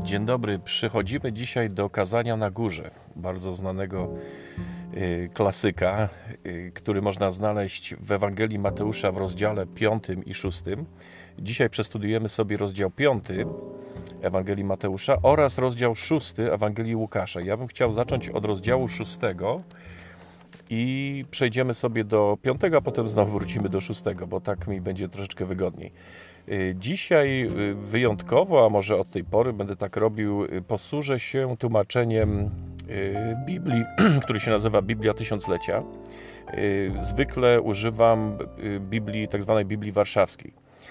Dzień dobry. Przychodzimy dzisiaj do Kazania na Górze, bardzo znanego klasyka, który można znaleźć w Ewangelii Mateusza w rozdziale 5 i 6. Dzisiaj przestudiujemy sobie rozdział 5 Ewangelii Mateusza oraz rozdział 6 Ewangelii Łukasza. Ja bym chciał zacząć od rozdziału 6 i przejdziemy sobie do 5, a potem znowu wrócimy do 6, bo tak mi będzie troszeczkę wygodniej. Dzisiaj wyjątkowo, a może od tej pory będę tak robił, posłużę się tłumaczeniem Biblii, który się nazywa Biblia Tysiąclecia. Zwykle używam Biblii, tak zwanej Biblii Warszawskiej.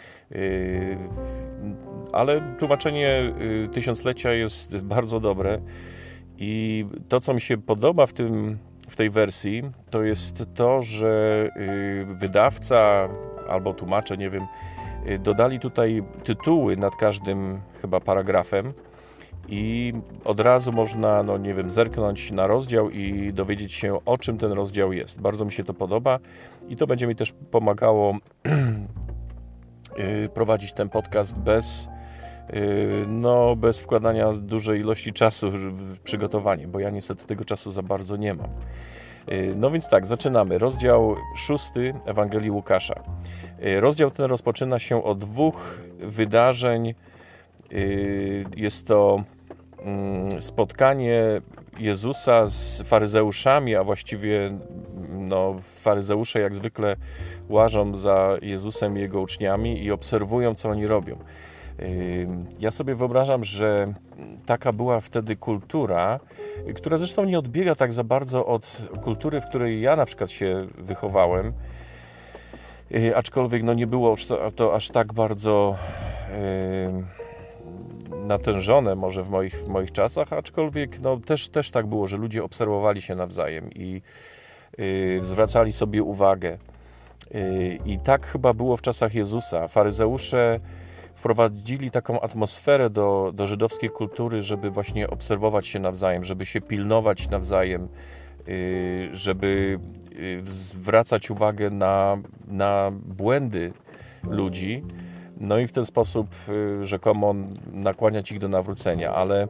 Ale tłumaczenie Tysiąclecia jest bardzo dobre i to, co mi się podoba w tej wersji, to jest to, że wydawca albo tłumacze, nie wiem, dodali tutaj tytuły nad każdym chyba paragrafem i od razu można, zerknąć na rozdział i dowiedzieć się, o czym ten rozdział jest. Bardzo mi się to podoba i to będzie mi też pomagało prowadzić ten podcast bez wkładania dużej ilości czasu w przygotowanie, bo ja niestety tego czasu za bardzo nie mam. No więc tak, zaczynamy. Rozdział 6 Ewangelii Łukasza. Rozdział ten rozpoczyna się od dwóch wydarzeń. Jest to spotkanie Jezusa z faryzeuszami, a właściwie faryzeusze jak zwykle łażą za Jezusem i Jego uczniami i obserwują, co oni robią. Ja sobie wyobrażam, że taka była wtedy kultura, która zresztą nie odbiega tak za bardzo od kultury, w której ja na przykład się wychowałem, aczkolwiek nie było to aż tak bardzo natężone może w moich czasach, aczkolwiek też tak było, że ludzie obserwowali się nawzajem i zwracali sobie uwagę. I tak chyba było w czasach Jezusa. Faryzeusze wprowadzili taką atmosferę do żydowskiej kultury, żeby właśnie obserwować się nawzajem, żeby się pilnować nawzajem, żeby zwracać uwagę na błędy ludzi, i w ten sposób rzekomo nakłaniać ich do nawrócenia, ale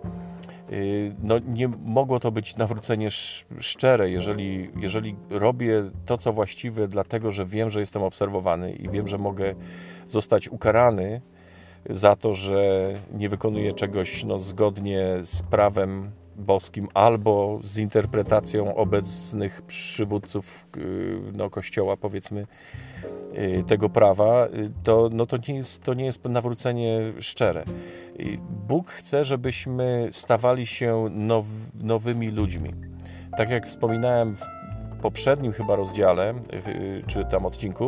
nie mogło to być nawrócenie szczere, jeżeli robię to, co właściwe, dlatego, że wiem, że jestem obserwowany i wiem, że mogę zostać ukarany za to, że nie wykonuję czegoś zgodnie z prawem boskim albo z interpretacją obecnych przywódców Kościoła, powiedzmy, tego prawa, to nie jest nawrócenie szczere. Bóg chce, żebyśmy stawali się nowymi ludźmi. Tak jak wspominałem w poprzednim chyba rozdziale, czy tam odcinku,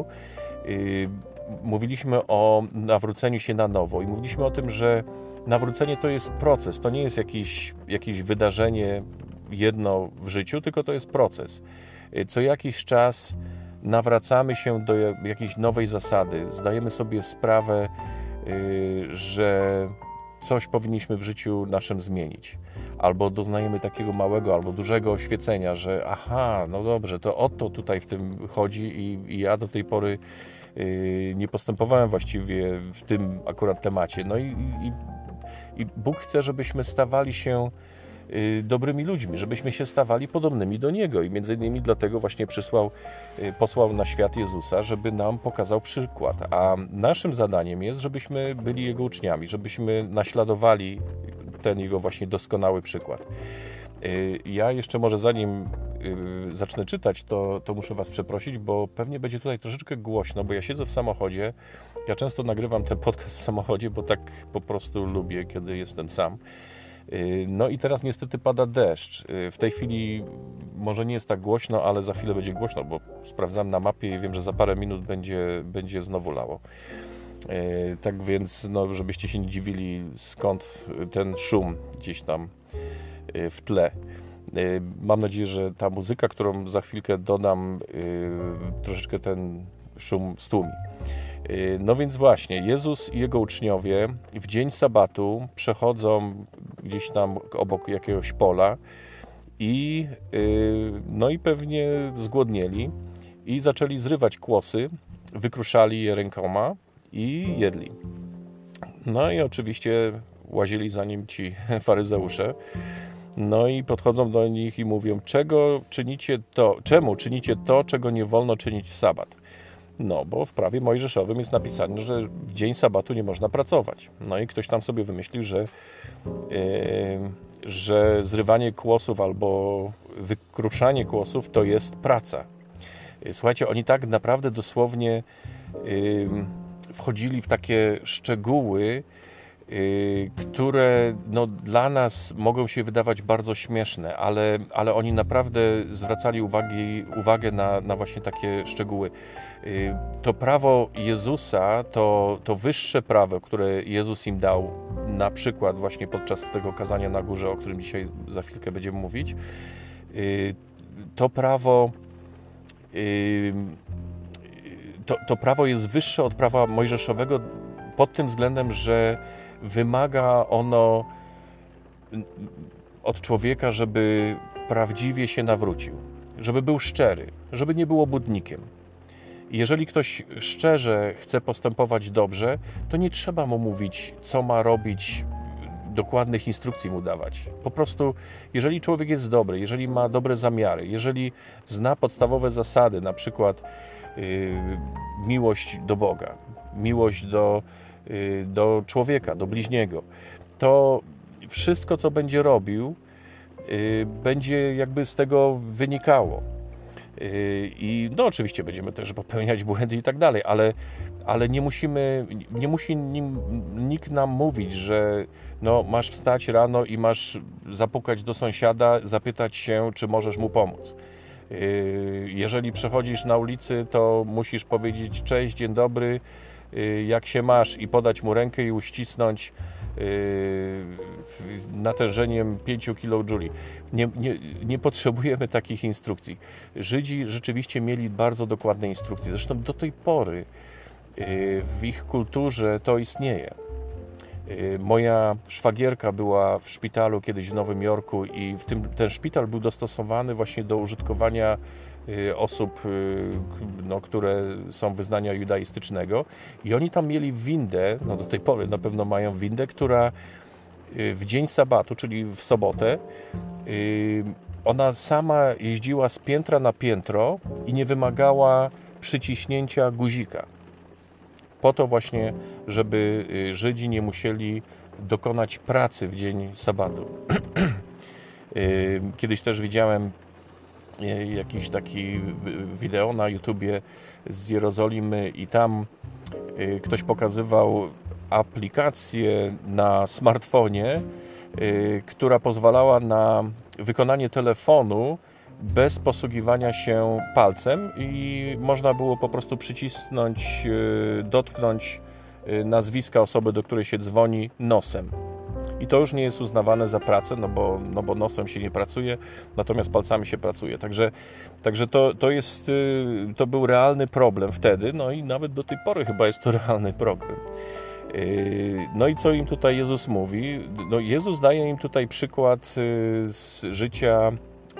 mówiliśmy o nawróceniu się na nowo i mówiliśmy o tym, że nawrócenie to jest proces, to nie jest jakieś wydarzenie jedno w życiu, tylko to jest proces. Co jakiś czas nawracamy się do jakiejś nowej zasady, zdajemy sobie sprawę, że coś powinniśmy w życiu naszym zmienić. Albo doznajemy takiego małego albo dużego oświecenia, że dobrze, to o to tutaj w tym chodzi i ja do tej pory nie postępowałem właściwie w tym akurat temacie. I Bóg chce, żebyśmy stawali się dobrymi ludźmi, żebyśmy się stawali podobnymi do Niego i między innymi dlatego właśnie posłał na świat Jezusa, żeby nam pokazał przykład, a naszym zadaniem jest, żebyśmy byli Jego uczniami, żebyśmy naśladowali ten Jego właśnie doskonały przykład. Ja jeszcze może zanim zacznę czytać, to muszę Was przeprosić, bo pewnie będzie tutaj troszeczkę głośno, bo ja siedzę w samochodzie, ja często nagrywam ten podcast w samochodzie, bo tak po prostu lubię, kiedy jestem sam. I teraz niestety pada deszcz. W tej chwili może nie jest tak głośno, ale za chwilę będzie głośno, bo sprawdzam na mapie i wiem, że za parę minut będzie znowu lało. Tak więc, żebyście się nie dziwili, skąd ten szum gdzieś tam w tle. Mam nadzieję, że ta muzyka, którą za chwilkę dodam, troszeczkę ten szum stłumi. Więc właśnie, Jezus i Jego uczniowie w dzień sabatu przechodzą gdzieś tam obok jakiegoś pola i pewnie zgłodnieli i zaczęli zrywać kłosy, wykruszali je rękoma i jedli. I oczywiście łazili za nim ci faryzeusze. No i podchodzą do nich i mówią, czemu czynicie to, czego nie wolno czynić w sabat? No, bo w prawie mojżeszowym jest napisane, że w dzień sabatu nie można pracować. No i ktoś tam sobie wymyślił, że zrywanie kłosów albo wykruszanie kłosów to jest praca. Słuchajcie, oni tak naprawdę dosłownie wchodzili w takie szczegóły, które no, dla nas mogą się wydawać bardzo śmieszne, ale oni naprawdę zwracali uwagę na właśnie takie szczegóły. To prawo Jezusa, to wyższe prawo, które Jezus im dał, na przykład właśnie podczas tego kazania na górze, o którym dzisiaj za chwilkę będziemy mówić, to prawo jest wyższe od prawa mojżeszowego pod tym względem, że wymaga ono od człowieka, żeby prawdziwie się nawrócił, żeby był szczery, żeby nie był obłudnikiem. I jeżeli ktoś szczerze chce postępować dobrze, to nie trzeba mu mówić, co ma robić, dokładnych instrukcji mu dawać. Po prostu, jeżeli człowiek jest dobry, jeżeli ma dobre zamiary, jeżeli zna podstawowe zasady, na przykład miłość do Boga, miłość do człowieka, do bliźniego, to wszystko, co będzie robił, będzie jakby z tego wynikało. I no oczywiście będziemy też popełniać błędy i tak dalej, ale nie musi nikt nam mówić, że no, masz wstać rano i masz zapukać do sąsiada, zapytać się, czy możesz mu pomóc. Jeżeli przechodzisz na ulicy, to musisz powiedzieć cześć, dzień dobry, jak się masz i podać mu rękę i uścisnąć natężeniem 5 kJ. Nie potrzebujemy takich instrukcji. Żydzi rzeczywiście mieli bardzo dokładne instrukcje. Zresztą do tej pory w ich kulturze to istnieje. Moja szwagierka była w szpitalu kiedyś w Nowym Jorku i ten szpital był dostosowany właśnie do użytkowania osób, no, które są wyznania judaistycznego i oni tam mieli windę, no do tej pory na pewno mają windę, która w dzień sabatu, czyli w sobotę, ona sama jeździła z piętra na piętro i nie wymagała przyciśnięcia guzika. Po to właśnie, żeby Żydzi nie musieli dokonać pracy w dzień sabatu. Kiedyś też widziałem jakiś taki wideo na YouTubie z Jerozolimy i tam ktoś pokazywał aplikację na smartfonie, która pozwalała na wykonanie telefonu bez posługiwania się palcem i można było po prostu przycisnąć, dotknąć nazwiska osoby, do której się dzwoni, nosem. I to już nie jest uznawane za pracę, no bo nosem się nie pracuje, natomiast palcami się pracuje. Także to był realny problem wtedy, no i nawet do tej pory chyba jest to realny problem. No i co im tutaj Jezus mówi? No Jezus daje im tutaj przykład z życia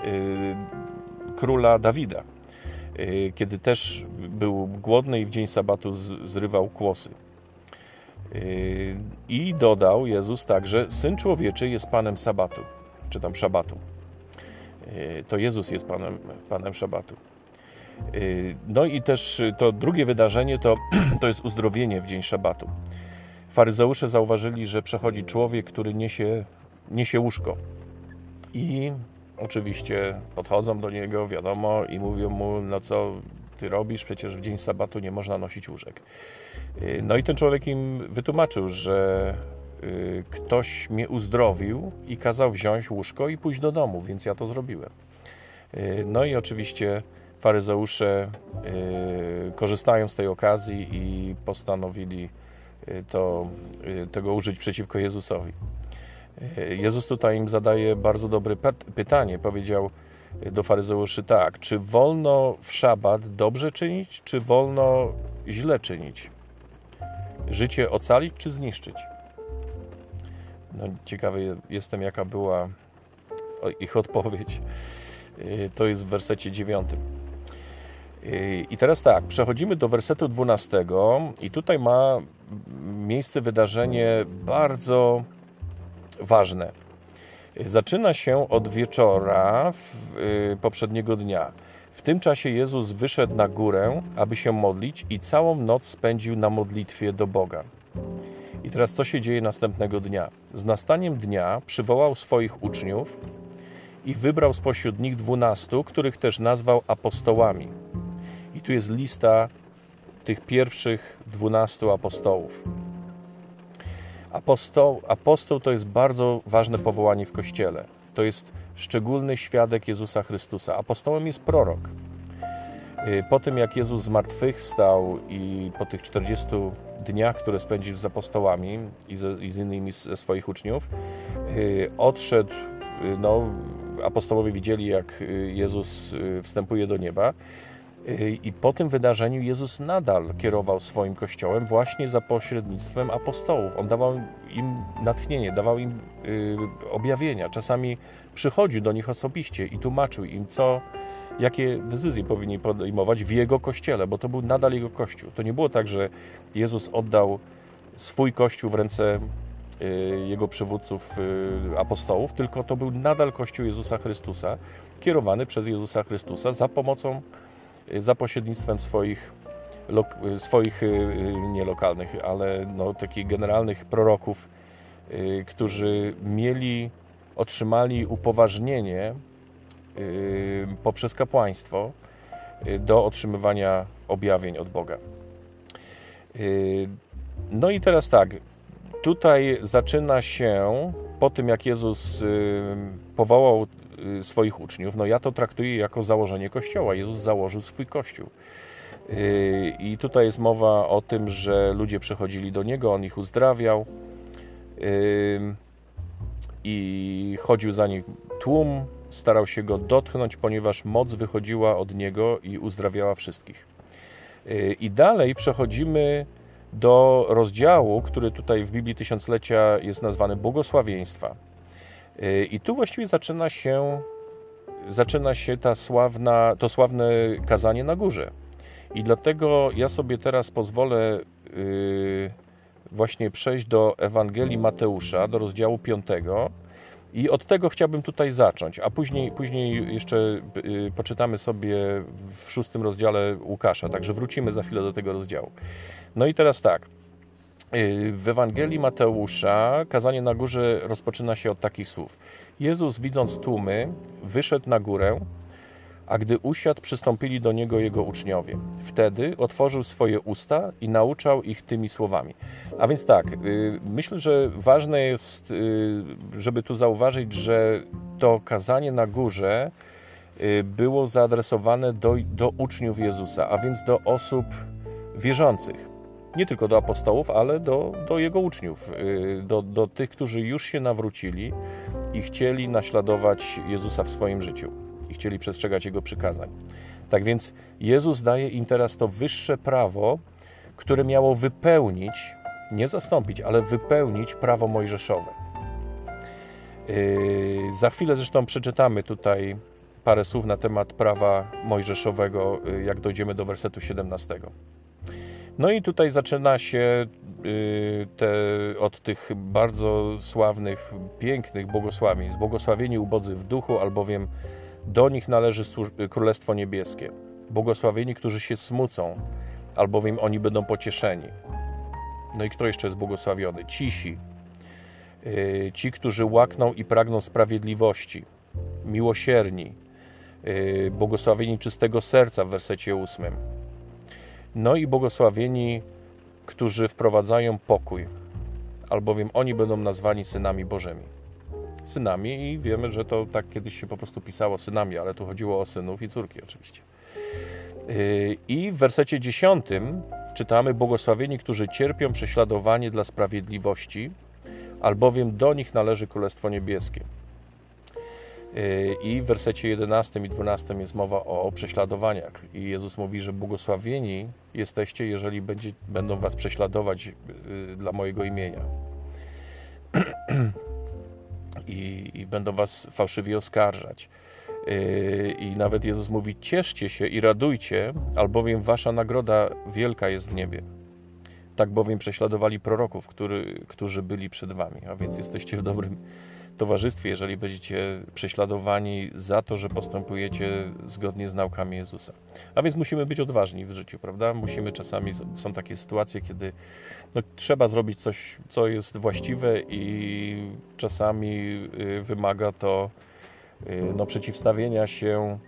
króla Dawida, kiedy też był głodny i w dzień sabatu zrywał kłosy. I dodał Jezus także, Syn Człowieczy jest Panem sabatu, czy tam szabatu. To Jezus jest Panem szabatu. No i też to drugie wydarzenie to jest uzdrowienie w dzień szabatu. Faryzeusze zauważyli, że przechodzi człowiek, który niesie łóżko. I oczywiście podchodzą do niego, wiadomo, i mówią mu, no co ty robisz, przecież w dzień sabatu nie można nosić łóżek. No i ten człowiek im wytłumaczył, że ktoś mnie uzdrowił i kazał wziąć łóżko i pójść do domu, więc ja to zrobiłem. No i oczywiście faryzeusze korzystają z tej okazji i postanowili tego użyć przeciwko Jezusowi. Jezus tutaj im zadaje bardzo dobre pytanie. Powiedział do faryzeuszy tak, czy wolno w szabat dobrze czynić, czy wolno źle czynić? Życie ocalić, czy zniszczyć? No, ciekawy jestem, jaka była ich odpowiedź. To jest w wersecie 9. I teraz tak, przechodzimy do wersetu 12 i tutaj ma miejsce wydarzenie bardzo ważne. Zaczyna się od wieczora poprzedniego dnia. W tym czasie Jezus wyszedł na górę, aby się modlić i całą noc spędził na modlitwie do Boga. I teraz co się dzieje następnego dnia? Z nastaniem dnia przywołał swoich uczniów i wybrał spośród nich 12, których też nazwał apostołami. I tu jest lista tych pierwszych 12 apostołów. Apostoł to jest bardzo ważne powołanie w Kościele. To jest szczególny świadek Jezusa Chrystusa. Apostołem jest prorok. Po tym, jak Jezus zmartwychwstał i po tych 40 dniach, które spędził z apostołami i z innymi ze swoich uczniów, odszedł, apostołowie widzieli, jak Jezus wstępuje do nieba, i po tym wydarzeniu Jezus nadal kierował swoim Kościołem właśnie za pośrednictwem apostołów. On dawał im natchnienie, dawał im objawienia. Czasami przychodził do nich osobiście i tłumaczył im, jakie decyzje powinni podejmować w Jego Kościele, bo to był nadal Jego Kościół. To nie było tak, że Jezus oddał swój Kościół w ręce Jego przywódców, apostołów, tylko to był nadal Kościół Jezusa Chrystusa, kierowany przez Jezusa Chrystusa za pośrednictwem swoich nie lokalnych, ale takich generalnych proroków, którzy otrzymali upoważnienie poprzez kapłaństwo do otrzymywania objawień od Boga. No i teraz tak, tutaj zaczyna się, po tym jak Jezus powołał swoich uczniów, ja to traktuję jako założenie Kościoła. Jezus założył swój Kościół. I tutaj jest mowa o tym, że ludzie przychodzili do Niego, On ich uzdrawiał i chodził za Nim tłum, starał się Go dotknąć, ponieważ moc wychodziła od Niego i uzdrawiała wszystkich. I dalej przechodzimy do rozdziału, który tutaj w Biblii Tysiąclecia jest nazwany błogosławieństwa. I tu właściwie zaczyna się to sławne kazanie na górze. I dlatego ja sobie teraz pozwolę właśnie przejść do Ewangelii Mateusza, do rozdziału 5. I od tego chciałbym tutaj zacząć, a później jeszcze poczytamy sobie w 6. rozdziale Łukasza, także wrócimy za chwilę do tego rozdziału. No i teraz tak. W Ewangelii Mateusza kazanie na górze rozpoczyna się od takich słów. Jezus, widząc tłumy, wyszedł na górę, a gdy usiadł, przystąpili do Niego Jego uczniowie. Wtedy otworzył swoje usta i nauczał ich tymi słowami. A więc tak, myślę, że ważne jest, żeby tu zauważyć, że to kazanie na górze było zaadresowane do uczniów Jezusa, a więc do osób wierzących. Nie tylko do apostołów, ale do Jego uczniów, do tych, którzy już się nawrócili i chcieli naśladować Jezusa w swoim życiu i chcieli przestrzegać Jego przykazań. Tak więc Jezus daje im teraz to wyższe prawo, które miało wypełnić, nie zastąpić, ale wypełnić prawo mojżeszowe. Za chwilę zresztą przeczytamy tutaj parę słów na temat prawa mojżeszowego, jak dojdziemy do wersetu 17. No i tutaj zaczyna się od tych bardzo sławnych, pięknych błogosławieństw. Błogosławieni ubodzy w duchu, albowiem do nich należy Królestwo Niebieskie. Błogosławieni, którzy się smucą, albowiem oni będą pocieszeni. No i kto jeszcze jest błogosławiony? Cisi. Ci, którzy łakną i pragną sprawiedliwości. Miłosierni. Błogosławieni czystego serca w wersecie 8. No i błogosławieni, którzy wprowadzają pokój, albowiem oni będą nazwani synami Bożymi. Synami i wiemy, że to tak kiedyś się po prostu pisało synami, ale tu chodziło o synów i córki oczywiście. I w wersecie 10 czytamy: błogosławieni, którzy cierpią prześladowanie dla sprawiedliwości, albowiem do nich należy Królestwo Niebieskie. I w wersecie 11 i 12 jest mowa o prześladowaniach. I Jezus mówi, że błogosławieni jesteście, jeżeli będą was prześladować dla mojego imienia. I będą was fałszywie oskarżać. I nawet Jezus mówi: cieszcie się i radujcie, albowiem wasza nagroda wielka jest w niebie. Tak bowiem prześladowali proroków, którzy byli przed wami. A więc jesteście w dobrym towarzystwie, jeżeli będziecie prześladowani za to, że postępujecie zgodnie z naukami Jezusa. A więc musimy być odważni w życiu, prawda? Czasami są takie sytuacje, kiedy trzeba zrobić coś, co jest właściwe i czasami wymaga to przeciwstawienia się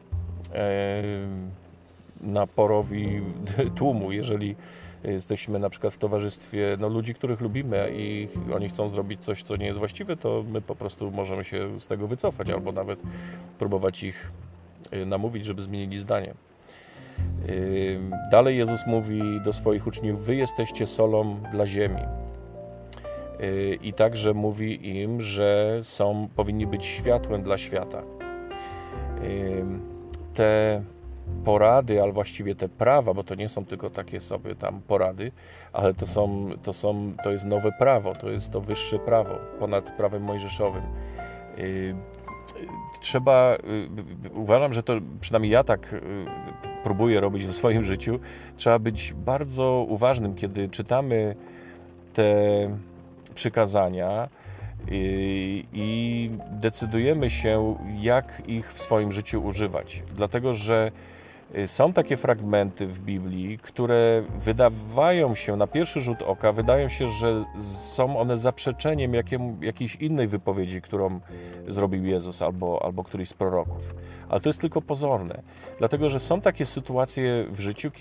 naporowi tłumu, jeżeli jesteśmy na przykład w towarzystwie ludzi, których lubimy i oni chcą zrobić coś, co nie jest właściwe, to my po prostu możemy się z tego wycofać albo nawet próbować ich namówić, żeby zmienili zdanie. Dalej Jezus mówi do swoich uczniów: wy jesteście solą dla ziemi. I także mówi im, że powinni być światłem dla świata. Te porady, ale właściwie te prawa, bo to nie są tylko takie sobie tam porady, ale to jest nowe prawo, to jest to wyższe prawo ponad prawem mojżeszowym. Uważam, że to przynajmniej ja tak próbuję robić w swoim życiu, trzeba być bardzo uważnym, kiedy czytamy te przykazania i decydujemy się, jak ich w swoim życiu używać. Dlatego, że są takie fragmenty w Biblii, które wydają się, na pierwszy rzut oka, wydają się, że są one zaprzeczeniem jakiejś innej wypowiedzi, którą zrobił Jezus albo któryś z proroków. Ale to jest tylko pozorne. Dlatego, że są takie sytuacje w życiu,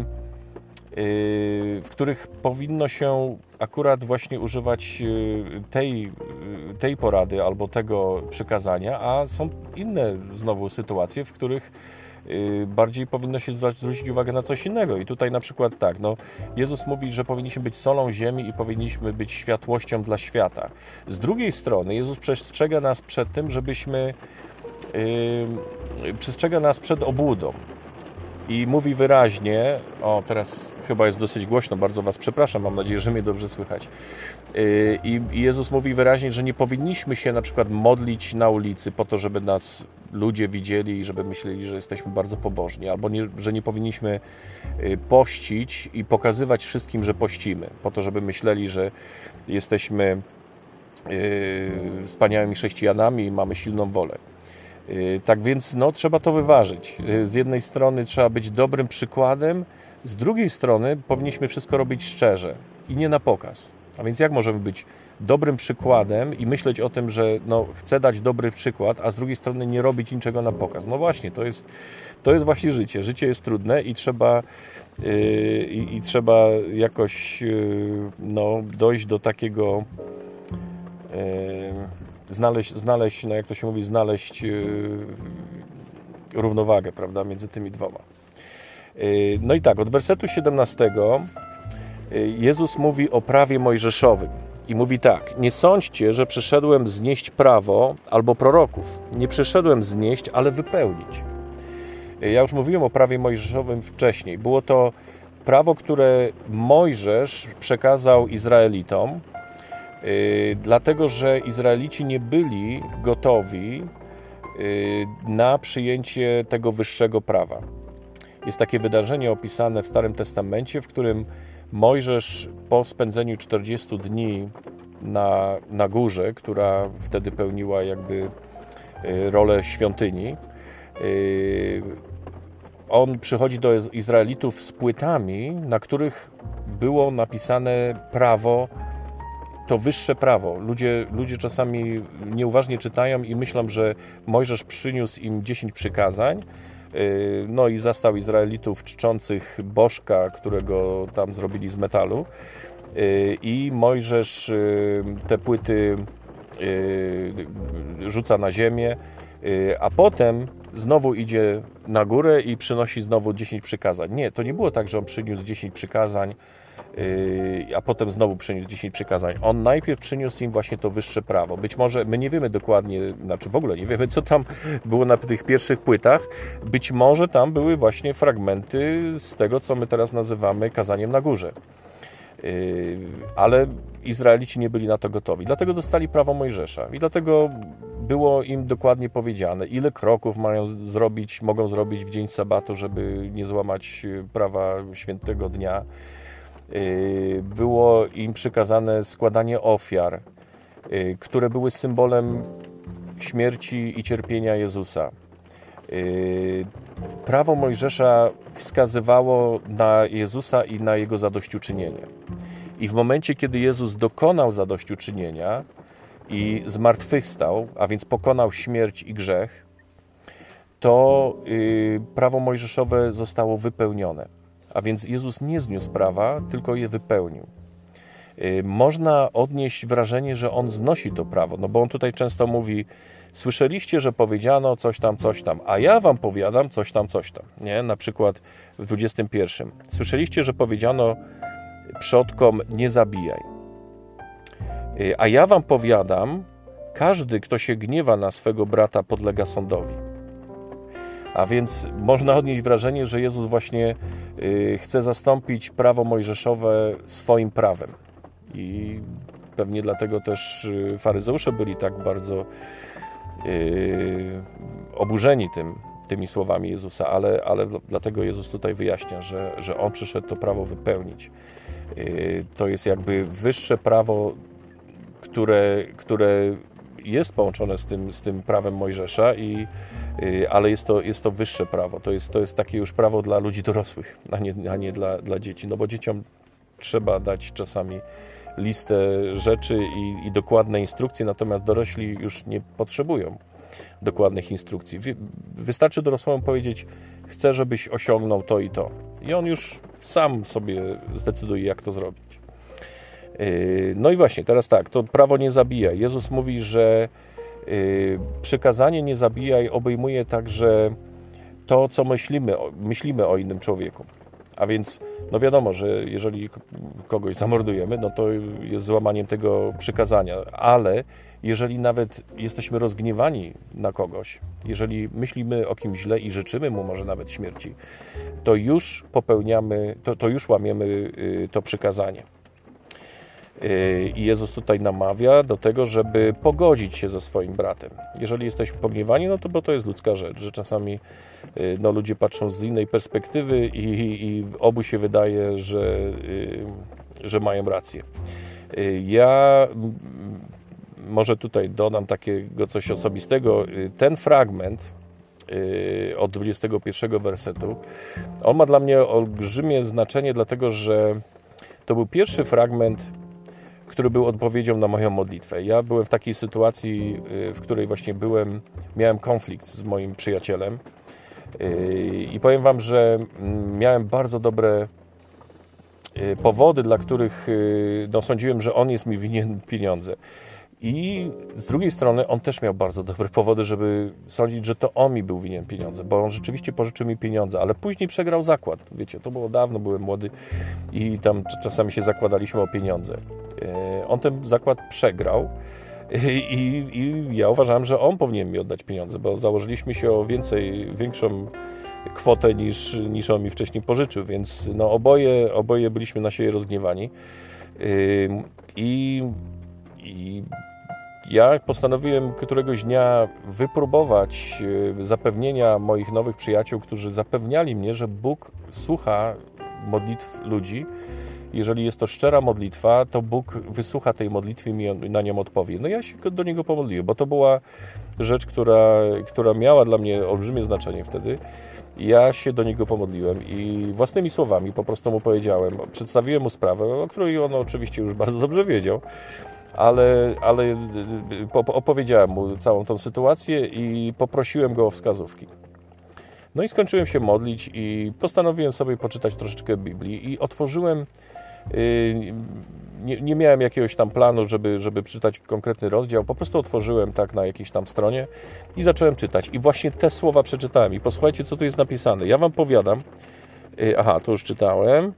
w których powinno się akurat właśnie używać tej porady albo tego przykazania, a są inne znowu sytuacje, w których bardziej powinno się zwrócić uwagę na coś innego. I tutaj na przykład tak, Jezus mówi, że powinniśmy być solą ziemi i powinniśmy być światłością dla świata. Z drugiej strony Jezus przestrzega nas przed tym, przestrzega nas przed obłudą. I mówi wyraźnie, teraz chyba jest dosyć głośno, bardzo was przepraszam, mam nadzieję, że mnie dobrze słychać. I Jezus mówi wyraźnie, że nie powinniśmy się na przykład modlić na ulicy po to, żeby nas ludzie widzieli i żeby myśleli, że jesteśmy bardzo pobożni, albo że nie powinniśmy pościć i pokazywać wszystkim, że pościmy, po to, żeby myśleli, że jesteśmy wspaniałymi chrześcijanami i mamy silną wolę. Tak więc trzeba to wyważyć. Z jednej strony trzeba być dobrym przykładem, z drugiej strony powinniśmy wszystko robić szczerze i nie na pokaz. A więc jak możemy być dobrym przykładem i myśleć o tym, że chcę dać dobry przykład, a z drugiej strony nie robić niczego na pokaz? No właśnie, to jest właśnie życie. Życie jest trudne i trzeba jakoś dojść do takiego... Znaleźć, jak to się mówi, równowagę, prawda, między tymi dwoma. No i tak, od wersetu 17 Jezus mówi o prawie mojżeszowym i mówi tak: nie sądźcie, że przyszedłem znieść prawo albo proroków. Nie przyszedłem znieść, ale wypełnić. Ja już mówiłem o prawie mojżeszowym wcześniej. Było to prawo, które Mojżesz przekazał Izraelitom, dlatego że Izraelici nie byli gotowi na przyjęcie tego wyższego prawa. Jest takie wydarzenie opisane w Starym Testamencie, w którym Mojżesz po spędzeniu 40 dni na górze, która wtedy pełniła jakby rolę świątyni, on przychodzi do Izraelitów z płytami, na których było napisane prawo, to wyższe prawo. Ludzie czasami nieuważnie czytają i myślą, że Mojżesz przyniósł im 10 przykazań, i zastał Izraelitów czczących bożka, którego tam zrobili z metalu, i Mojżesz te płyty rzuca na ziemię, a potem znowu idzie na górę i przynosi znowu 10 przykazań. Nie, to nie było tak, że on przyniósł 10 przykazań, a potem znowu przyniósł 10 przykazań. On najpierw przyniósł im właśnie to wyższe prawo. Być może my nie wiemy dokładnie, w ogóle nie wiemy, co tam było na tych pierwszych płytach. Być może tam były właśnie fragmenty z tego, co my teraz nazywamy kazaniem na górze. Ale Izraelici nie byli na to gotowi. Dlatego dostali prawo Mojżesza i dlatego było im dokładnie powiedziane, ile kroków mogą zrobić w dzień sabatu, żeby nie złamać prawa świętego dnia. było im przykazane składanie ofiar, które były symbolem śmierci i cierpienia Jezusa. Prawo Mojżesza wskazywało na Jezusa i na Jego zadośćuczynienie. I w momencie, kiedy Jezus dokonał zadośćuczynienia i zmartwychwstał, a więc pokonał śmierć i grzech, to prawo mojżeszowe zostało wypełnione. A więc Jezus nie zniósł prawa, tylko je wypełnił. Można odnieść wrażenie, że On znosi to prawo, no bo On tutaj często mówi: słyszeliście, że powiedziano coś tam, a ja wam powiadam coś tam. Nie? Na przykład w 21. Słyszeliście, że powiedziano przodkom: nie zabijaj. A ja wam powiadam, każdy, kto się gniewa na swego brata, podlega sądowi. A więc można odnieść wrażenie, że Jezus właśnie chce zastąpić prawo mojżeszowe swoim prawem. I pewnie dlatego też faryzeusze byli tak bardzo oburzeni tymi słowami Jezusa, ale dlatego Jezus tutaj wyjaśnia, że On przyszedł to prawo wypełnić. To jest jakby wyższe prawo, które jest połączone z tym prawem Mojżesza, ale jest to wyższe prawo. To jest takie już prawo dla ludzi dorosłych, a nie dla dzieci. No bo dzieciom trzeba dać czasami listę rzeczy i dokładne instrukcje, natomiast dorośli już nie potrzebują dokładnych instrukcji. Wystarczy dorosłemu powiedzieć: chcę, żebyś osiągnął to i to. I on już sam sobie zdecyduje, jak to zrobić. No i właśnie, teraz tak, to prawo nie zabijaj. Jezus mówi, że przykazanie nie zabijaj obejmuje także to, co myślimy o innym człowieku. A więc, no wiadomo, że jeżeli kogoś zamordujemy, no to jest złamaniem tego przykazania, ale jeżeli nawet jesteśmy rozgniewani na kogoś, jeżeli myślimy o kimś źle i życzymy mu może nawet śmierci, to już to już łamiemy to przykazanie. I Jezus tutaj namawia do tego, żeby pogodzić się ze swoim bratem. Jeżeli jesteśmy pogniewani, no to bo to jest ludzka rzecz, że czasami ludzie patrzą z innej perspektywy i obu się wydaje, że mają rację. Ja może tutaj dodam takiego coś osobistego. Ten fragment od 21 wersetu, on ma dla mnie olbrzymie znaczenie, dlatego że to był pierwszy fragment, który był odpowiedzią na moją modlitwę. Ja byłem w takiej sytuacji, w której właśnie miałem konflikt z moim przyjacielem i powiem wam, że miałem bardzo dobre powody, dla których sądziłem, że on jest mi winien pieniądze. I z drugiej strony on też miał bardzo dobre powody, żeby sądzić, że to on mi był winien pieniądze, bo on rzeczywiście pożyczył mi pieniądze, ale później przegrał zakład. Wiecie, to było dawno, byłem młody i tam czasami się zakładaliśmy o pieniądze. On ten zakład przegrał i ja uważałem, że on powinien mi oddać pieniądze, bo założyliśmy się o większą kwotę niż on mi wcześniej pożyczył, więc no oboje byliśmy na siebie rozgniewani. I ja postanowiłem któregoś dnia wypróbować zapewnienia moich nowych przyjaciół, którzy zapewniali mnie, że Bóg słucha modlitw ludzi. Jeżeli jest to szczera modlitwa, to Bóg wysłucha tej modlitwy i mi na nią odpowie. No ja się do Niego pomodliłem, bo to była rzecz, która miała dla mnie olbrzymie znaczenie wtedy. Ja się do Niego pomodliłem i własnymi słowami po prostu Mu powiedziałem, przedstawiłem Mu sprawę, o której on oczywiście już bardzo dobrze wiedział, ale opowiedziałem Mu całą tą sytuację i poprosiłem Go o wskazówki. No i skończyłem się modlić i postanowiłem sobie poczytać troszeczkę Biblii i otworzyłem, nie miałem jakiegoś tam planu, żeby czytać konkretny rozdział, po prostu otworzyłem tak na jakiejś tam stronie i zacząłem czytać. I właśnie te słowa przeczytałem i posłuchajcie, co tu jest napisane. Ja wam powiadam, to już czytałem.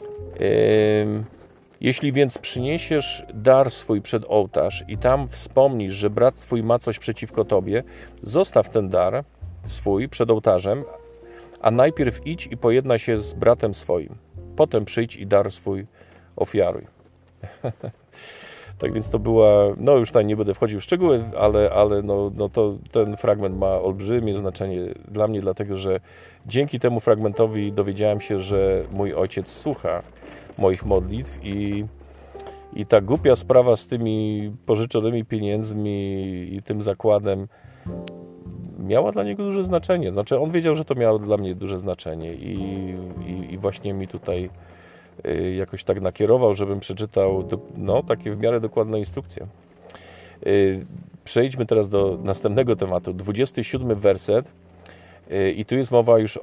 Jeśli więc przyniesiesz dar swój przed ołtarz i tam wspomnisz, że brat twój ma coś przeciwko tobie, zostaw ten dar swój przed ołtarzem, a najpierw idź i pojednaj się z bratem swoim. Potem przyjdź i dar swój ofiaruj. Tak więc to była, no już tutaj nie będę wchodził w szczegóły, ale ten fragment ma olbrzymie znaczenie dla mnie, dlatego że dzięki temu fragmentowi dowiedziałem się, że mój ojciec słucha moich modlitw i ta głupia sprawa z tymi pożyczonymi pieniędzmi i tym zakładem miała dla niego duże znaczenie. Znaczy on wiedział, że to miało dla mnie duże znaczenie i właśnie mi tutaj jakoś tak nakierował, żebym przeczytał takie w miarę dokładne instrukcje. Przejdźmy teraz do następnego tematu. 27 werset i tu jest mowa już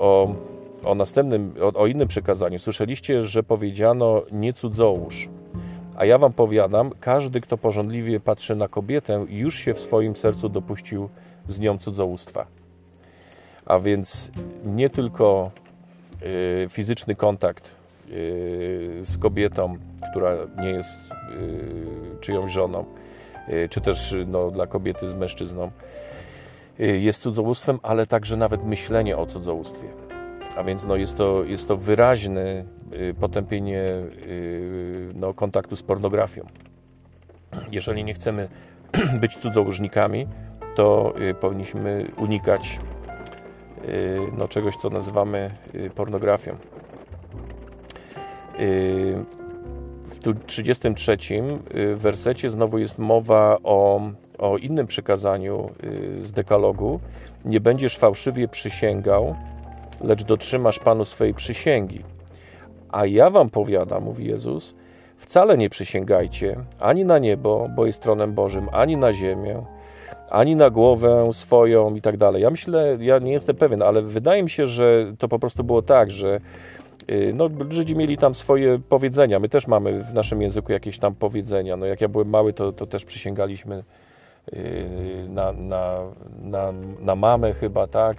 o innym przekazaniu. Słyszeliście, że powiedziano: nie cudzołóż. A ja wam powiadam, każdy, kto pożądliwie patrzy na kobietę, już się w swoim sercu dopuścił z nią cudzołóstwa. A więc nie tylko fizyczny kontakt z kobietą, która nie jest czyjąś żoną, czy też dla kobiety z mężczyzną, jest cudzołóstwem, ale także nawet myślenie o cudzołóstwie. A więc jest to wyraźne potępienie kontaktu z pornografią. Jeżeli nie chcemy być cudzołożnikami, to powinniśmy unikać czegoś, co nazywamy pornografią. W 33 wersecie znowu jest mowa o innym przykazaniu z dekalogu. Nie będziesz fałszywie przysięgał, lecz dotrzymasz Panu swej przysięgi. A ja wam powiadam, mówi Jezus, wcale nie przysięgajcie ani na niebo, bo jest tronem Bożym, ani na ziemię, ani na głowę swoją i tak dalej. Ja myślę, ja nie jestem pewien, ale wydaje mi się, że to po prostu było tak, że Żydzi mieli tam swoje powiedzenia. My też mamy w naszym języku jakieś tam powiedzenia. Jak ja byłem mały, to też przysięgaliśmy na mamę chyba, tak?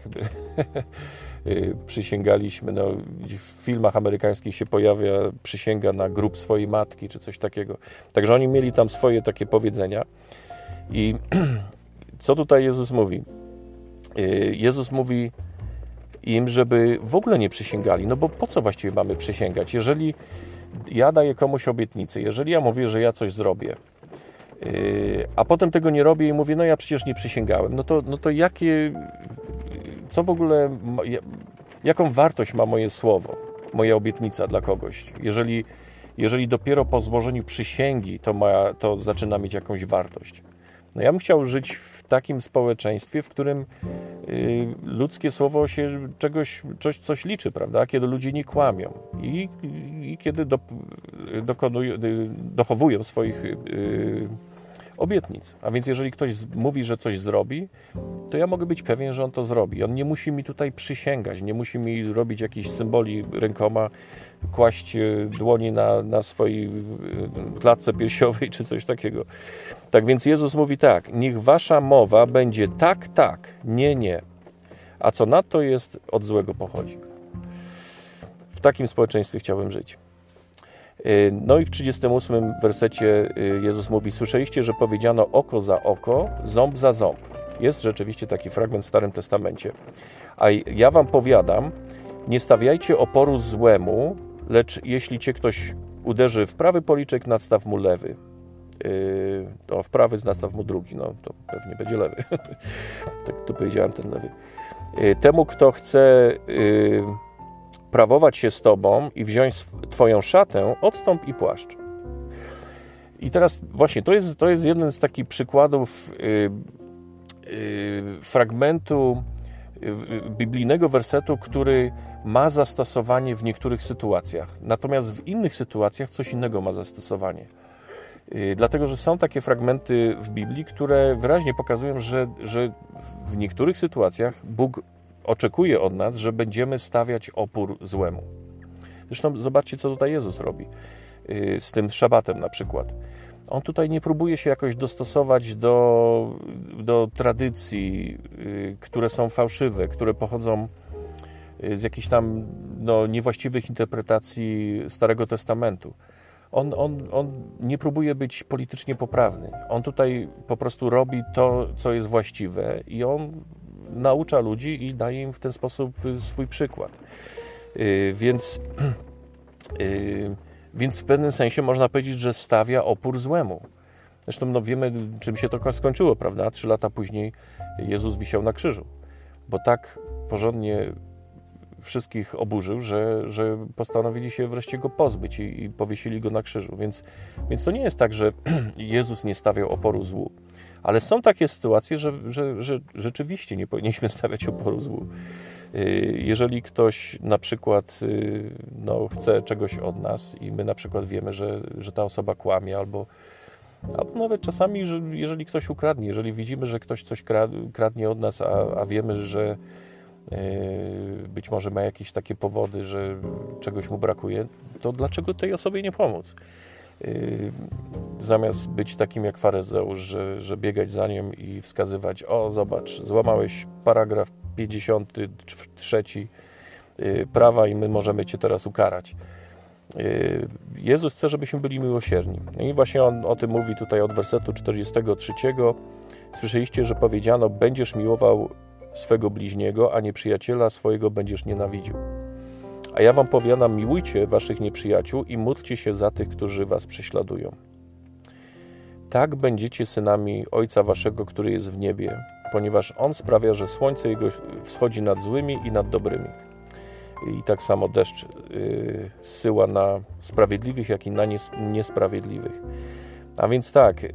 Przysięgaliśmy, w filmach amerykańskich się pojawia przysięga na grób swojej matki, czy coś takiego. Także oni mieli tam swoje takie powiedzenia. I co tutaj Jezus mówi? Jezus mówi im, żeby w ogóle nie przysięgali. Bo po co właściwie mamy przysięgać? Jeżeli ja daję komuś obietnicę, jeżeli ja mówię, że ja coś zrobię, a potem tego nie robię i mówię, ja przecież nie przysięgałem, to co w ogóle, jaką wartość ma moje słowo, moja obietnica dla kogoś? Jeżeli dopiero po złożeniu przysięgi to zaczyna mieć jakąś wartość. Ja bym chciał żyć w takim społeczeństwie, w którym ludzkie słowo się coś liczy, prawda? Kiedy ludzie nie kłamią i kiedy dochowują swoich obietnic. A więc jeżeli ktoś mówi, że coś zrobi, to ja mogę być pewien, że on to zrobi. On nie musi mi tutaj przysięgać, nie musi mi robić jakichś symboli rękoma, kłaść dłoni na swojej klatce piersiowej czy coś takiego. Tak więc Jezus mówi tak: niech wasza mowa będzie tak, tak, nie, nie. A co nadto jest, od złego pochodzi. W takim społeczeństwie chciałbym żyć. I w 38 wersecie Jezus mówi: słyszeliście, że powiedziano oko za oko, ząb za ząb. Jest rzeczywiście taki fragment w Starym Testamencie. A ja wam powiadam, nie stawiajcie oporu złemu, lecz jeśli cię ktoś uderzy w prawy policzek, nadstaw mu lewy. W prawy nadstaw mu drugi, to pewnie będzie lewy. Tak tu powiedziałem, ten lewy. Temu, kto chce prawować się z tobą i wziąć twoją szatę, odstąp i płaszcz. I teraz właśnie to jest jeden z takich przykładów fragmentu biblijnego wersetu, który ma zastosowanie w niektórych sytuacjach, natomiast w innych sytuacjach coś innego ma zastosowanie. Dlatego, że są takie fragmenty w Biblii, które wyraźnie pokazują, że w niektórych sytuacjach Bóg oczekuje od nas, że będziemy stawiać opór złemu. Zresztą zobaczcie, co tutaj Jezus robi z tym szabatem na przykład. On tutaj nie próbuje się jakoś dostosować do tradycji, które są fałszywe, które pochodzą z jakichś tam niewłaściwych interpretacji Starego Testamentu. On nie próbuje być politycznie poprawny. On tutaj po prostu robi to, co jest właściwe i on naucza ludzi i daje im w ten sposób swój przykład. Więc w pewnym sensie można powiedzieć, że stawia opór złemu. Zresztą no, wiemy, czym się to skończyło, prawda? 3 lata później Jezus wisiał na krzyżu, bo tak porządnie wszystkich oburzył, że postanowili się wreszcie go pozbyć i powiesili go na krzyżu. Więc to nie jest tak, że Jezus nie stawiał oporu złu. Ale są takie sytuacje, że rzeczywiście nie powinniśmy stawiać oporu złu. Jeżeli ktoś na przykład no, chce czegoś od nas i my na przykład wiemy, że ta osoba kłamie, albo nawet czasami, że jeżeli ktoś ukradnie, jeżeli widzimy, że ktoś coś kradnie od nas, a wiemy, że być może ma jakieś takie powody, że czegoś mu brakuje, to dlaczego tej osobie nie pomóc? Zamiast być takim jak faryzeusz, że biegać za nim i wskazywać: o, zobacz, złamałeś paragraf 53 prawa i my możemy cię teraz ukarać. Jezus chce, żebyśmy byli miłosierni. I właśnie on o tym mówi tutaj od wersetu 43. Słyszeliście, że powiedziano: będziesz miłował swego bliźniego, a nieprzyjaciela swojego będziesz nienawidził. A ja wam powiadam, miłujcie waszych nieprzyjaciół i módlcie się za tych, którzy was prześladują. Tak będziecie synami Ojca waszego, który jest w niebie, ponieważ On sprawia, że słońce Jego wschodzi nad złymi i nad dobrymi. I tak samo deszcz zsyła na sprawiedliwych, jak i na niesprawiedliwych. A więc tak,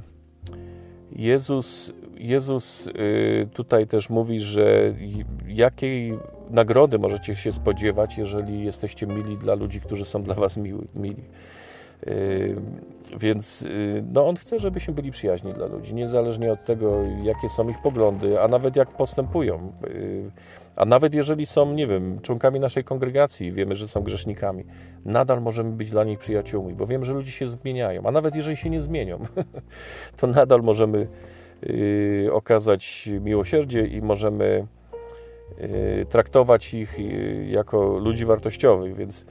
Jezus tutaj też mówi, że jakiej nagrody możecie się spodziewać, jeżeli jesteście mili dla ludzi, którzy są dla was mili. Więc no, On chce, żebyśmy byli przyjaźni dla ludzi, niezależnie od tego, jakie są ich poglądy, a nawet jak postępują. A nawet jeżeli są, nie wiem, członkami naszej kongregacji, wiemy, że są grzesznikami, nadal możemy być dla nich przyjaciółmi, bo wiem, że ludzie się zmieniają, a nawet jeżeli się nie zmienią, to nadal możemy okazać miłosierdzie i możemy traktować ich jako ludzi wartościowych,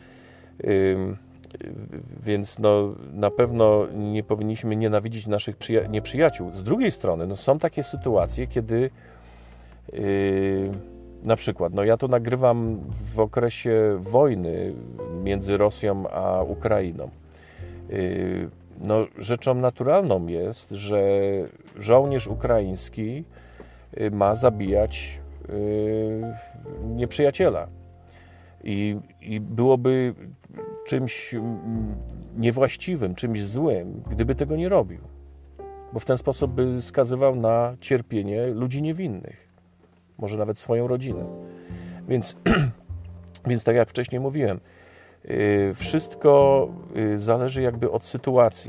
więc no, na pewno nie powinniśmy nienawidzić naszych nieprzyjaciół. Z drugiej strony no, są takie sytuacje, kiedy na przykład, no ja to nagrywam w okresie wojny między Rosją a Ukrainą. No, rzeczą naturalną jest, że żołnierz ukraiński ma zabijać nieprzyjaciela. I byłoby czymś niewłaściwym, czymś złym, gdyby tego nie robił. Bo w ten sposób by skazywał na cierpienie ludzi niewinnych. Może nawet swoją rodzinę. Więc tak jak wcześniej mówiłem, wszystko zależy jakby od sytuacji.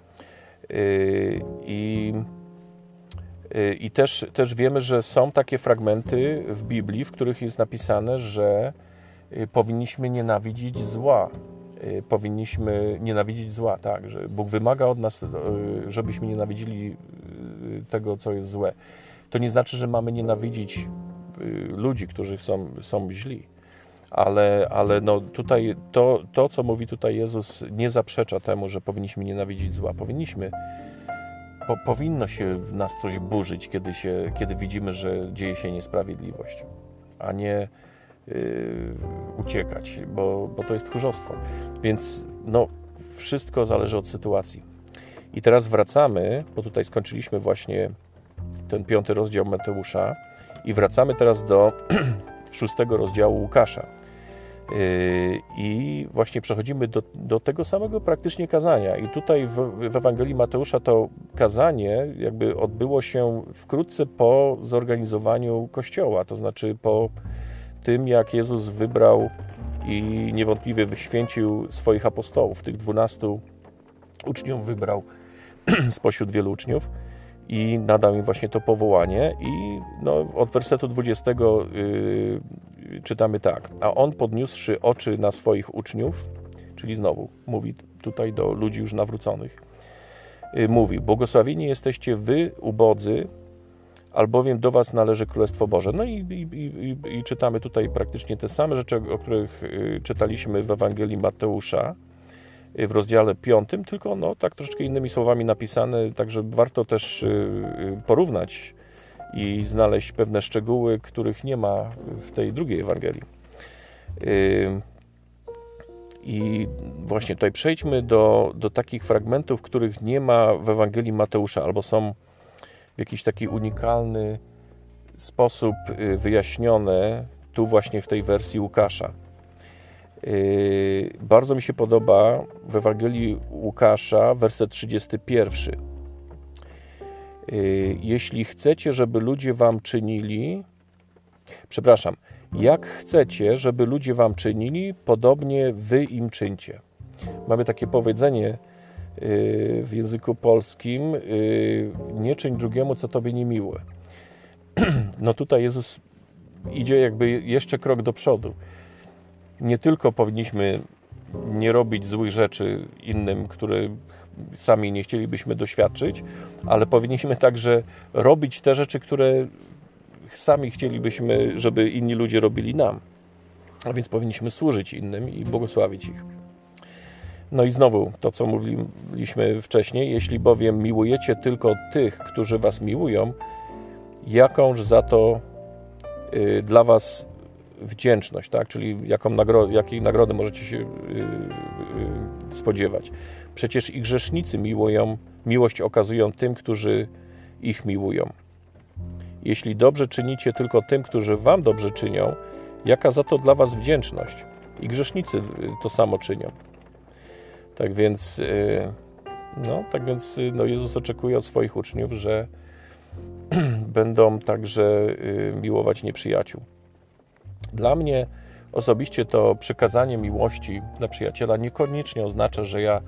I też wiemy, że są takie fragmenty w Biblii, w których jest napisane, że powinniśmy nienawidzić zła. Powinniśmy nienawidzić zła, tak, że Bóg wymaga od nas, żebyśmy nienawidzili tego, co jest złe. To nie znaczy, że mamy nienawidzić ludzi, którzy są źli. Ale no tutaj to, co mówi tutaj Jezus, nie zaprzecza temu, że powinniśmy nienawidzić zła. Powinno się w nas coś burzyć, kiedy widzimy, że dzieje się niesprawiedliwość, a nie uciekać, bo to jest tchórzostwo. Więc no, wszystko zależy od sytuacji. I teraz wracamy, bo tutaj skończyliśmy właśnie ten 5 rozdział Mateusza i wracamy teraz do 6 rozdziału Łukasza. I właśnie przechodzimy do tego samego praktycznie kazania. I tutaj w Ewangelii Mateusza to kazanie jakby odbyło się wkrótce po zorganizowaniu Kościoła, to znaczy po tym, jak Jezus wybrał i niewątpliwie wyświęcił swoich apostołów. Tych 12 uczniów wybrał spośród wielu uczniów i nadał im właśnie to powołanie. I no, od wersetu 20 czytamy tak. A on, podniósłszy oczy na swoich uczniów, czyli znowu mówi tutaj do ludzi już nawróconych, mówi: błogosławieni jesteście wy, ubodzy, albowiem do was należy Królestwo Boże. No i czytamy tutaj praktycznie te same rzeczy, o których czytaliśmy w Ewangelii Mateusza w rozdziale 5, tylko no, tak troszeczkę innymi słowami napisane, także warto też porównać i znaleźć pewne szczegóły, których nie ma w tej drugiej Ewangelii. I właśnie tutaj przejdźmy do takich fragmentów, których nie ma w Ewangelii Mateusza, albo są w jakiś taki unikalny sposób wyjaśnione tu właśnie w tej wersji Łukasza. Bardzo mi się podoba w Ewangelii Łukasza werset 31. Jeśli chcecie, żeby ludzie wam czynili, jak chcecie, żeby ludzie wam czynili, podobnie wy im czyńcie. Mamy takie powiedzenie w języku polskim, nie czyń drugiemu, co tobie niemiłe. No tutaj Jezus idzie jakby jeszcze krok do przodu. Nie tylko powinniśmy nie robić złych rzeczy innym, które sami nie chcielibyśmy doświadczyć, ale powinniśmy także robić te rzeczy, które sami chcielibyśmy, żeby inni ludzie robili nam. A więc powinniśmy służyć innym i błogosławić ich. No i znowu to, co mówiliśmy wcześniej, jeśli bowiem miłujecie tylko tych, którzy was miłują, jakąż za to dla was wdzięczność, tak? Czyli jakiej nagrody możecie się spodziewać. Przecież i grzesznicy miłość okazują tym, którzy ich miłują. Jeśli dobrze czynicie tylko tym, którzy wam dobrze czynią, jaka za to dla was wdzięczność? I grzesznicy to samo czynią. Tak więc Jezus oczekuje od swoich uczniów, że będą także miłować nieprzyjaciół. Dla mnie osobiście to przykazanie miłości dla przyjaciela niekoniecznie oznacza, że ja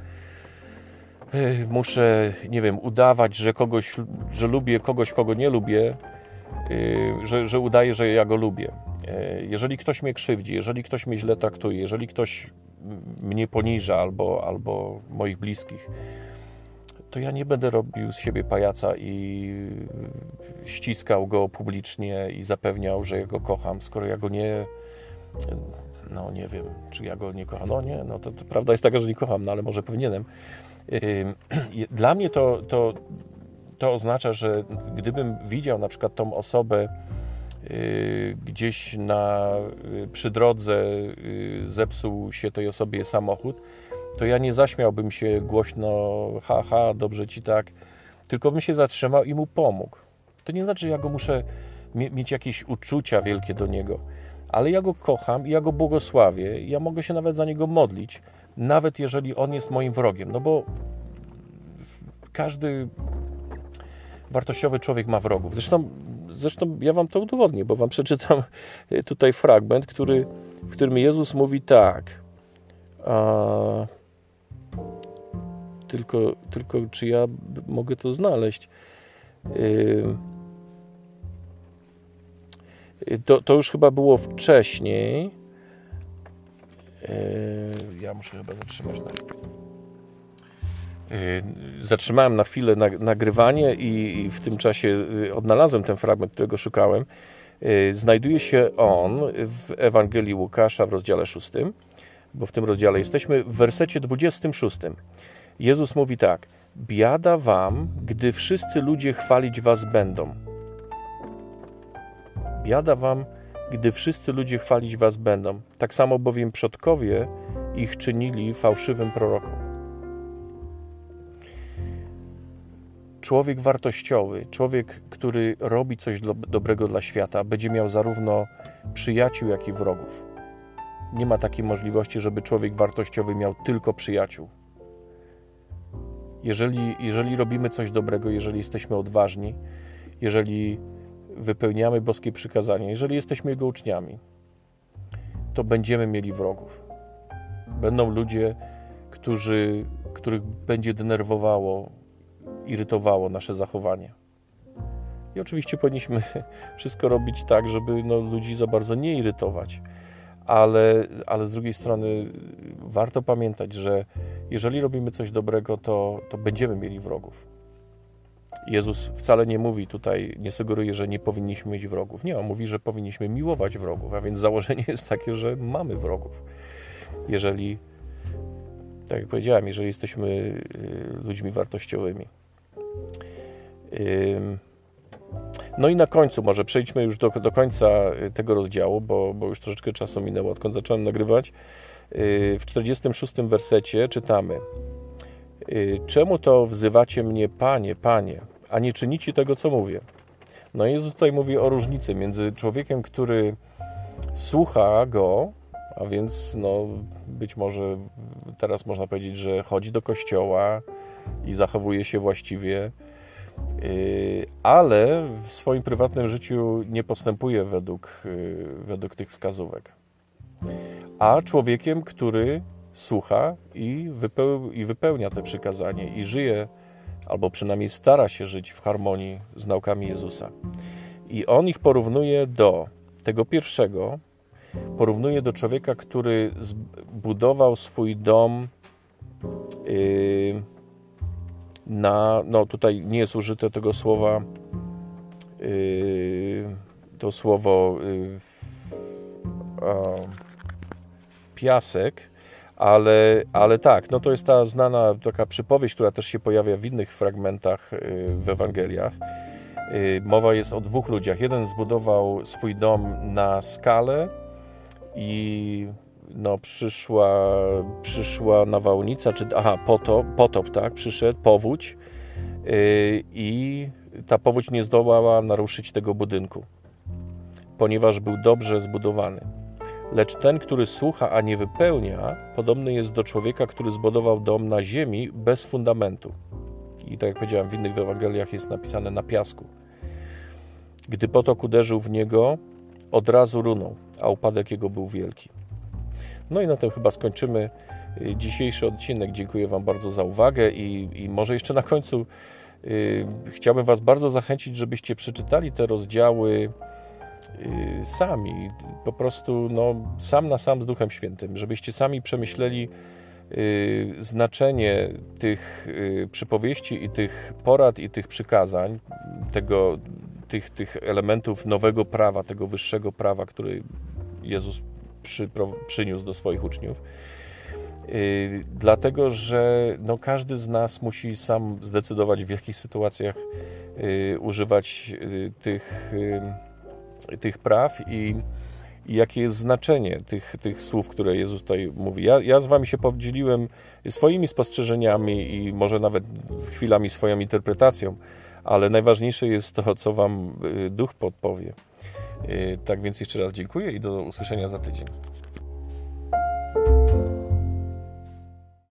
muszę, udawać, że lubię kogoś, kogo nie lubię, że udaję, że ja go lubię. Jeżeli ktoś mnie krzywdzi, jeżeli ktoś mnie źle traktuje, jeżeli ktoś mnie poniża albo moich bliskich, to ja nie będę robił z siebie pajaca i ściskał go publicznie i zapewniał, że ja go kocham, skoro ja go nie wiem, czy ja go nie kocham. To prawda jest taka, że nie kocham, ale może powinienem. Dla mnie to oznacza, że gdybym widział na przykład tą osobę gdzieś przy drodze, zepsuł się tej osobie samochód, to ja nie zaśmiałbym się głośno, dobrze ci tak, tylko bym się zatrzymał i mu pomógł. To nie znaczy, że ja go muszę mieć jakieś uczucia wielkie do niego, ale ja go kocham i ja go błogosławię. Ja mogę się nawet za niego modlić, nawet jeżeli on jest moim wrogiem. No bo każdy wartościowy człowiek ma wrogów. Zresztą ja wam to udowodnię, bo wam przeczytam tutaj fragment, w którym Jezus mówi tak. Tylko czy ja mogę to znaleźć? To już chyba było wcześniej. Ja muszę chyba zatrzymać. Zatrzymałem na chwilę nagrywanie i w tym czasie odnalazłem ten fragment, którego szukałem. Znajduje się on w Ewangelii Łukasza w rozdziale 6, bo w tym rozdziale jesteśmy, w wersecie 26. Jezus mówi tak: biada wam, gdy wszyscy ludzie chwalić was będą. Biada wam, gdy wszyscy ludzie chwalić was będą. Tak samo bowiem przodkowie ich czynili fałszywym prorokom. Człowiek wartościowy, człowiek, który robi coś dobrego dla świata, będzie miał zarówno przyjaciół, jak i wrogów. Nie ma takiej możliwości, żeby człowiek wartościowy miał tylko przyjaciół. Jeżeli robimy coś dobrego, jeżeli jesteśmy odważni, jeżeli wypełniamy boskie przykazania, jeżeli jesteśmy Jego uczniami, to będziemy mieli wrogów. Będą ludzie, których będzie denerwowało, irytowało nasze zachowanie. I oczywiście powinniśmy wszystko robić tak, żeby ludzi za bardzo nie irytować. Ale z drugiej strony warto pamiętać, że jeżeli robimy coś dobrego, to będziemy mieli wrogów. Jezus wcale nie mówi tutaj, nie sugeruje, że nie powinniśmy mieć wrogów. Nie, on mówi, że powinniśmy miłować wrogów, a więc założenie jest takie, że mamy wrogów. Jeżeli, tak jak powiedziałem, jeżeli jesteśmy ludźmi wartościowymi. No i na końcu, może przejdźmy już do końca tego rozdziału, bo już troszeczkę czasu minęło, odkąd zacząłem nagrywać. W 46 wersecie czytamy: czemu to wzywacie mnie Panie, Panie, a nie czynicie tego, co mówię? No Jezus tutaj mówi o różnicy między człowiekiem, który słucha Go, a więc być może teraz można powiedzieć, że chodzi do kościoła i zachowuje się właściwie, ale w swoim prywatnym życiu nie postępuje według tych wskazówek. A człowiekiem, który słucha i wypełnia te przykazanie i żyje, albo przynajmniej stara się żyć w harmonii z naukami Jezusa. I on ich porównuje do tego pierwszego, porównuje do człowieka, który zbudował swój dom tutaj nie jest użyte tego słowa, to słowo piasek, ale tak, to jest ta znana taka przypowieść, która też się pojawia w innych fragmentach w Ewangeliach. Mowa jest o dwóch ludziach. Jeden zbudował swój dom na skale i przyszła nawałnica, potop, tak, przyszedł, powódź i ta powódź nie zdołała naruszyć tego budynku, ponieważ był dobrze zbudowany. Lecz ten, który słucha, a nie wypełnia, podobny jest do człowieka, który zbudował dom na ziemi bez fundamentu. I tak jak powiedziałem, w innych Ewangeliach jest napisane na piasku. Gdy potok uderzył w niego, od razu runął, a upadek jego był wielki. No i na tym chyba skończymy dzisiejszy odcinek. Dziękuję Wam bardzo za uwagę i może jeszcze na końcu chciałbym Was bardzo zachęcić, żebyście przeczytali te rozdziały sami, po prostu sam na sam z Duchem Świętym, żebyście sami przemyśleli znaczenie tych przypowieści i tych porad i tych przykazań, tych elementów nowego prawa, tego wyższego prawa, który Jezus przyniósł do swoich uczniów. Dlatego, że każdy z nas musi sam zdecydować, w jakich sytuacjach używać tych praw i jakie jest znaczenie tych słów, które Jezus tutaj mówi. Ja z Wami się podzieliłem swoimi spostrzeżeniami i może nawet chwilami swoją interpretacją, ale najważniejsze jest to, co Wam Duch podpowie. Tak więc jeszcze raz dziękuję i do usłyszenia za tydzień.